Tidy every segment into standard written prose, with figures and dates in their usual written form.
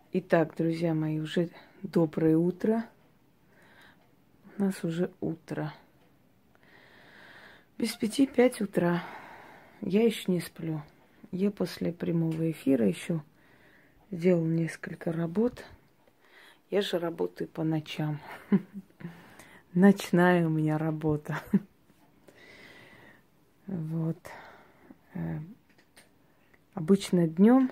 Итак, друзья мои, уже доброе утро. У нас уже утро. Без 5:05 утра. Я еще не сплю. Я после прямого эфира еще сделал несколько работ. Я же работаю по ночам. Ночная у меня работа. Вот. Обычно днем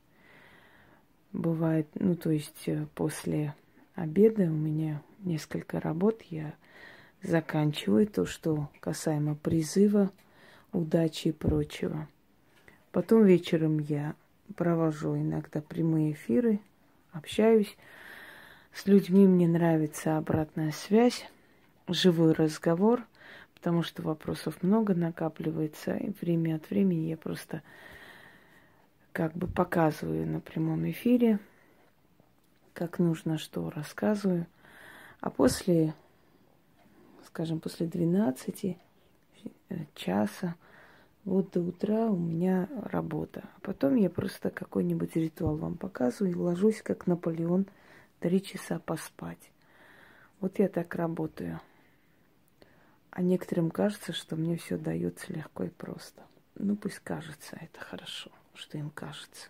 бывает, то есть после обеда у меня несколько работ. Я заканчиваю то, что касаемо призыва, удачи и прочего. Потом вечером я провожу иногда прямые эфиры, общаюсь с людьми. Мне нравится обратная связь, живой разговор, потому что вопросов много накапливается. И время от времени я просто показываю на прямом эфире, как нужно, что рассказываю. А после 12 часа, вот до утра у меня работа. А потом я просто какой-нибудь ритуал вам показываю и ложусь, как Наполеон, 3 часа поспать. Вот я так работаю. А некоторым кажется, что мне все дается легко и просто. Пусть кажется, это хорошо, что им кажется.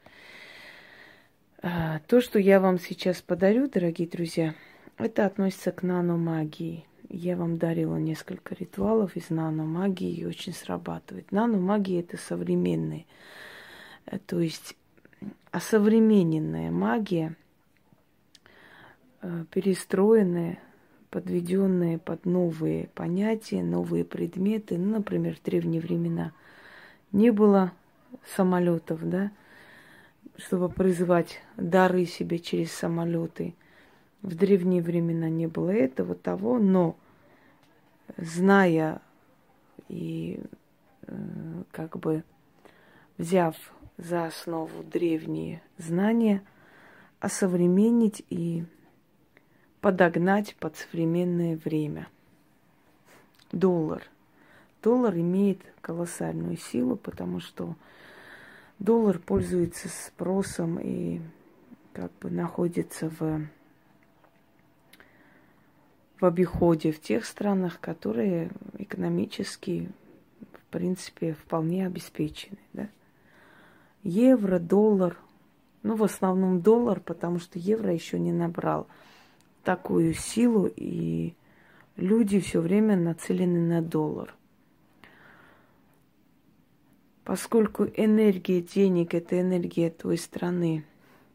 То, что я вам сейчас подарю, дорогие друзья, это относится к наномагии. Я вам дарила несколько ритуалов из наномагии, и очень срабатывает. Наномагия – это современная, то есть осовремененная магия, перестроенная, подведенная под новые понятия, новые предметы. Например, в древние времена не было самолетов, да, чтобы призывать дары себе через самолеты. В древние времена не было этого, того, но зная и взяв за основу древние знания, осовременить и подогнать под современное время. Доллар. Доллар имеет колоссальную силу, потому что доллар пользуется спросом и находится в обиходе в тех странах, которые экономически, в принципе, вполне обеспечены. Да? Евро, доллар. В основном доллар, потому что евро еще не набрал такую силу, и люди все время нацелены на доллар. Поскольку энергия денег – это энергия той страны,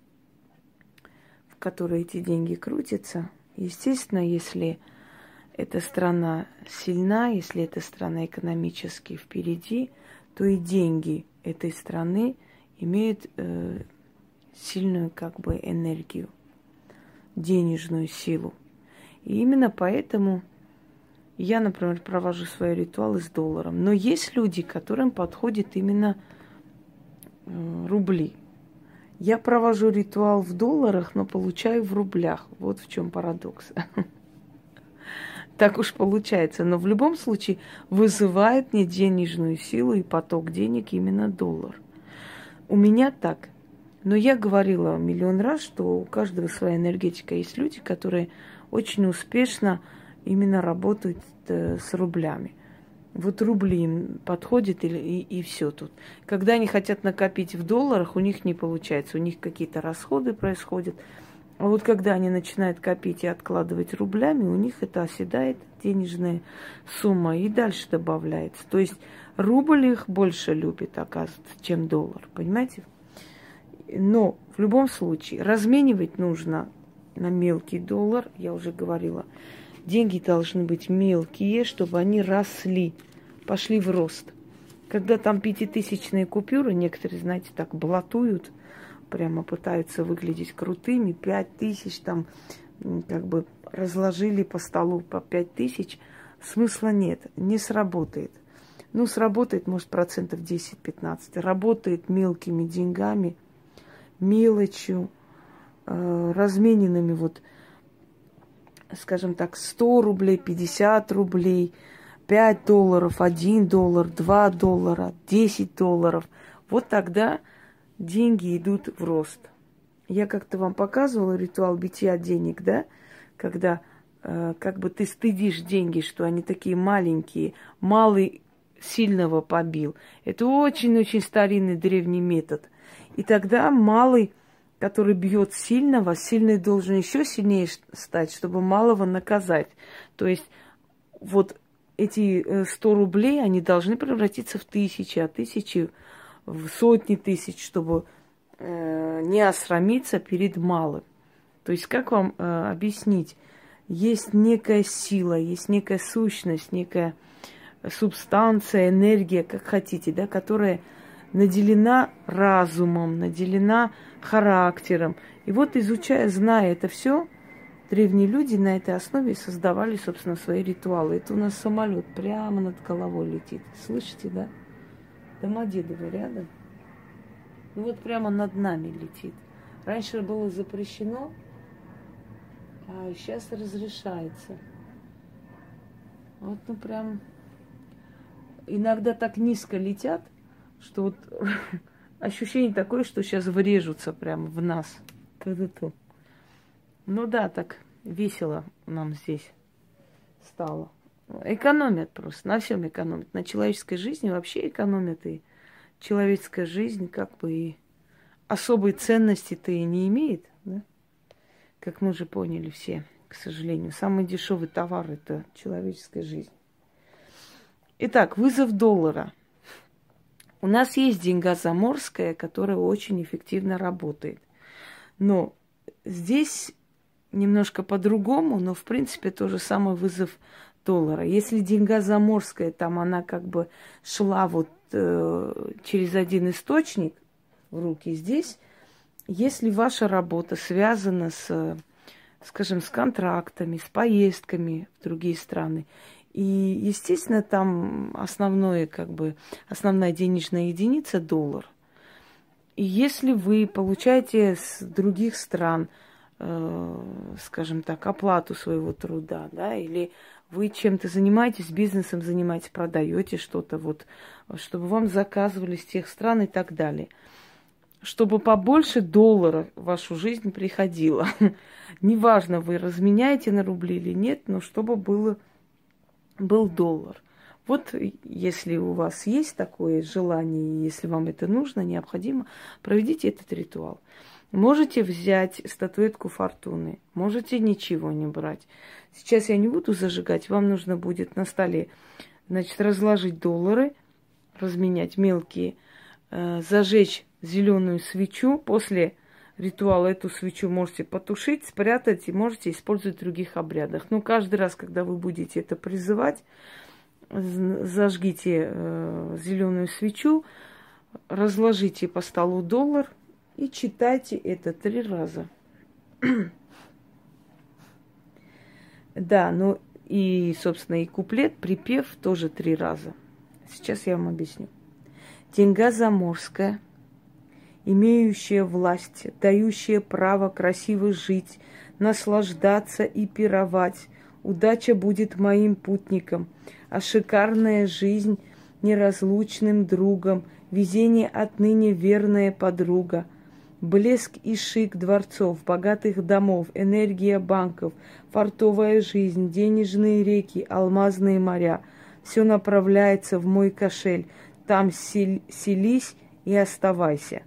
в которой эти деньги крутятся, естественно, если эта страна сильна, если эта страна экономически впереди, то и деньги этой страны имеют сильную энергию, денежную силу. И именно поэтому я, например, провожу свои ритуалы с долларом. Но есть люди, которым подходит именно рубли. Я провожу ритуал в долларах, но получаю в рублях. Вот в чем парадокс. Так уж получается. Но в любом случае вызывает мне денежную силу и поток денег именно доллар. У меня так. Но я говорила миллион раз, что у каждого своя энергетика. Есть люди, которые очень успешно именно работают с рублями. Вот рубли им подходят и все тут. Когда они хотят накопить в долларах, у них не получается. У них какие-то расходы происходят. А вот когда они начинают копить и откладывать рублями, у них это оседает, денежная сумма, и дальше добавляется. То есть рубль их больше любит, оказывается, чем доллар. Понимаете? Но в любом случае разменивать нужно на мелкий доллар. Я уже говорила, деньги должны быть мелкие, чтобы они росли, пошли в рост. Когда там 5000-тысячные купюры, некоторые, знаете, так блатуют, прямо пытаются выглядеть крутыми, 5000 там разложили по столу по 5000, смысла нет, не сработает. Сработает, может, 10-15%. Работает мелкими деньгами, мелочью, размененными, скажем так, 100 рублей, 50 рублей, 5 долларов, 1 доллар, 2 доллара, 10 долларов. Вот тогда деньги идут в рост. Я как-то вам показывала ритуал битья денег, да? Когда как бы ты стыдишь деньги, что они такие маленькие, малый сильного побил. Это очень-очень старинный древний метод. И тогда малый, который бьет сильного, сильный должен еще сильнее стать, чтобы малого наказать. То есть вот эти 100 рублей, они должны превратиться в тысячи, а тысячи в сотни тысяч, чтобы не осрамиться перед малым. То есть как вам объяснить? Есть некая сила, есть некая сущность, некая субстанция, энергия, как хотите, да, которая наделена разумом, наделена характером. И вот изучая, зная это все, древние люди на этой основе создавали, собственно, свои ритуалы. Это у нас самолет прямо над головой летит. Слышите, да? Домодедово рядом. Ну вот прямо над нами летит. Раньше было запрещено, а сейчас разрешается. Вот, ну прям иногда так низко летят, что вот ощущение такое, что сейчас врежутся прямо в нас. Ту-ту-ту. Ну да, так весело нам здесь стало. Экономят просто, на всем экономят. На человеческой жизни вообще экономят. И человеческая жизнь как бы и особой ценности-то и не имеет, да? Как мы уже поняли все, к сожалению. Самый дешевый товар – это человеческая жизнь. Итак, вызов доллара. У нас есть деньга заморская, которая очень эффективно работает. Но здесь немножко по-другому, но в принципе тоже самый вызов доллара. Если деньга заморская, там она как бы шла вот через один источник в руки, здесь, если ваша работа связана с, скажем, с контрактами, с поездками в другие страны, и, естественно, там основная денежная единица – доллар. И если вы получаете с других стран, скажем так, оплату своего труда, да, или вы чем-то занимаетесь, бизнесом занимаетесь, продаете что-то, вот, чтобы вам заказывали с тех стран и так далее, чтобы побольше долларов в вашу жизнь приходило. Неважно, вы разменяете на рубли или нет, но чтобы был доллар. Вот если у вас есть такое желание, если вам это нужно, необходимо, проведите этот ритуал. Можете взять статуэтку фортуны, можете ничего не брать. Сейчас я не буду зажигать, вам нужно будет на столе, значит, разложить доллары, разменять мелкие, зажечь зеленую свечу. После ритуала эту свечу можете потушить, спрятать и можете использовать в других обрядах. Но каждый раз, когда вы будете это призывать, зажгите зеленую свечу, разложите по столу доллар и читайте это 3 раза. Да, ну и, собственно, и куплет, припев тоже 3 раза. Сейчас я вам объясню. Деньга заморская, имеющая власть, дающая право красиво жить, наслаждаться и пировать. Удача будет моим путником, а шикарная жизнь неразлучным другом, везение отныне верная подруга. Блеск и шик дворцов, богатых домов, энергия банков, фартовая жизнь, денежные реки, алмазные моря. Все направляется в мой кошель. Там селись и оставайся.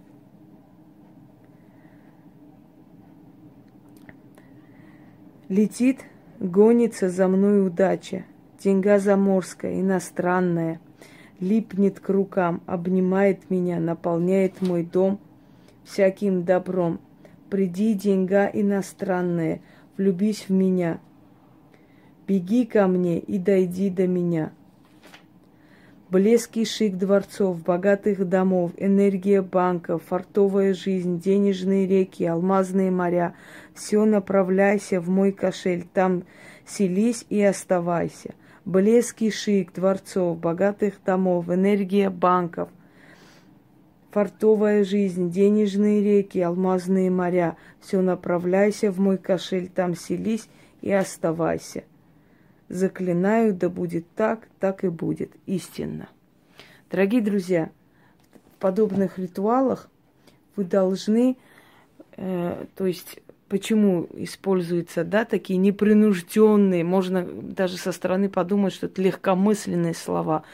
Летит, гонится за мной удача, деньга заморская, иностранная, липнет к рукам, обнимает меня, наполняет мой дом всяким добром. Приди, деньга иностранная, влюбись в меня, беги ко мне и дойди до меня. Блеск и шик дворцов, богатых домов, энергия банков, фартовая жизнь, денежные реки, алмазные моря. Все направляйся в мой кошель, там селись и оставайся. Блеск и шик дворцов, богатых домов, энергия банков, фартовая жизнь, денежные реки, алмазные моря. Все направляйся в мой кошель, там селись и оставайся. Заклинаю, да будет так, так и будет. Истинно. Дорогие друзья, в подобных ритуалах вы должны То есть почему используются, да, такие непринужденные, можно даже со стороны подумать, что это легкомысленные слова.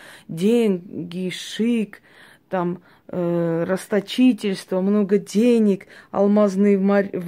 Деньги, шик, там расточительство, много денег, алмазные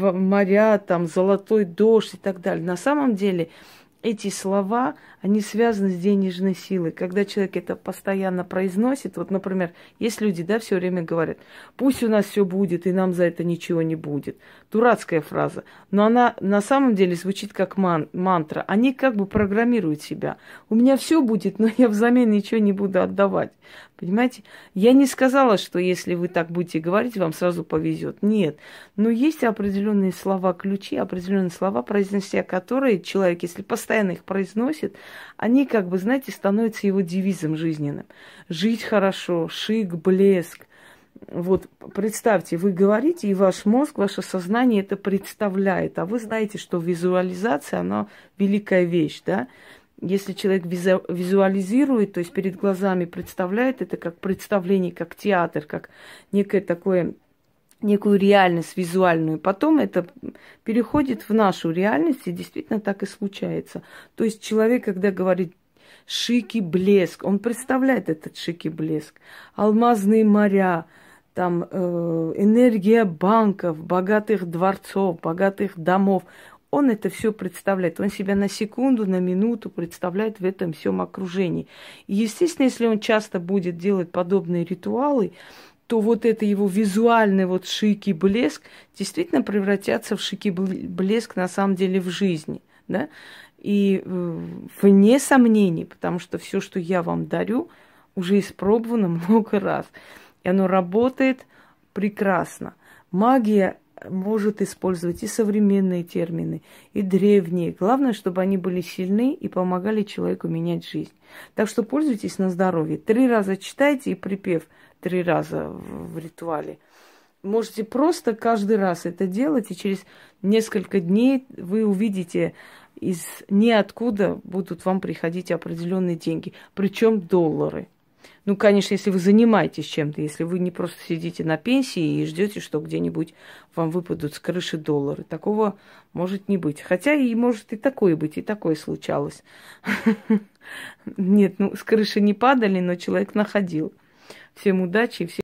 моря, там золотой дождь и так далее. На самом деле эти слова, они связаны с денежной силой. Когда человек это постоянно произносит, вот, например, есть люди, да, все время говорят, пусть у нас все будет, и нам за это ничего не будет. Дурацкая фраза, но она на самом деле звучит как мантра. Они как бы программируют себя. У меня все будет, но я взамен ничего не буду отдавать. Понимаете? Я не сказала, что если вы так будете говорить, вам сразу повезет. Нет. Но есть определенные слова-ключи, определенные слова, произнося которые человек, если постоянно их произносит, они как бы, знаете, становятся его девизом жизненным. Жить хорошо, шик, блеск. Вот представьте, вы говорите, и ваш мозг, ваше сознание это представляет. А вы знаете, что визуализация, она великая вещь, да? Если человек визуализирует, то есть перед глазами представляет это как представление, как театр, как некое такое, некую реальность визуальную, потом это переходит в нашу реальность, и действительно так и случается. То есть человек, когда говорит шик и блеск, он представляет этот шик и блеск, алмазные моря, там энергия банков, богатых дворцов, богатых домов. Он это все представляет. Он себя на секунду, на минуту представляет в этом всем окружении. И, естественно, если он часто будет делать подобные ритуалы, то вот это его визуальный вот шик и блеск действительно превратятся в шик и блеск на самом деле в жизни. Да? И вне сомнений, потому что все, что я вам дарю, уже испробовано много раз. И оно работает прекрасно. Магия может использовать и современные термины, и древние. Главное, чтобы они были сильны и помогали человеку менять жизнь. Так что пользуйтесь на здоровье. 3 раза читайте и припев 3 раза в ритуале. Можете просто каждый раз это делать, и через несколько дней вы увидите, из ниоткуда будут вам приходить определенные деньги, причем доллары. Ну, конечно, если вы занимаетесь чем-то, если вы не просто сидите на пенсии и ждете, что где-нибудь вам выпадут с крыши доллары. Такого может не быть. Хотя и может и такое быть, и такое случалось. Нет, ну, с крыши не падали, но человек находил. Всем удачи и всем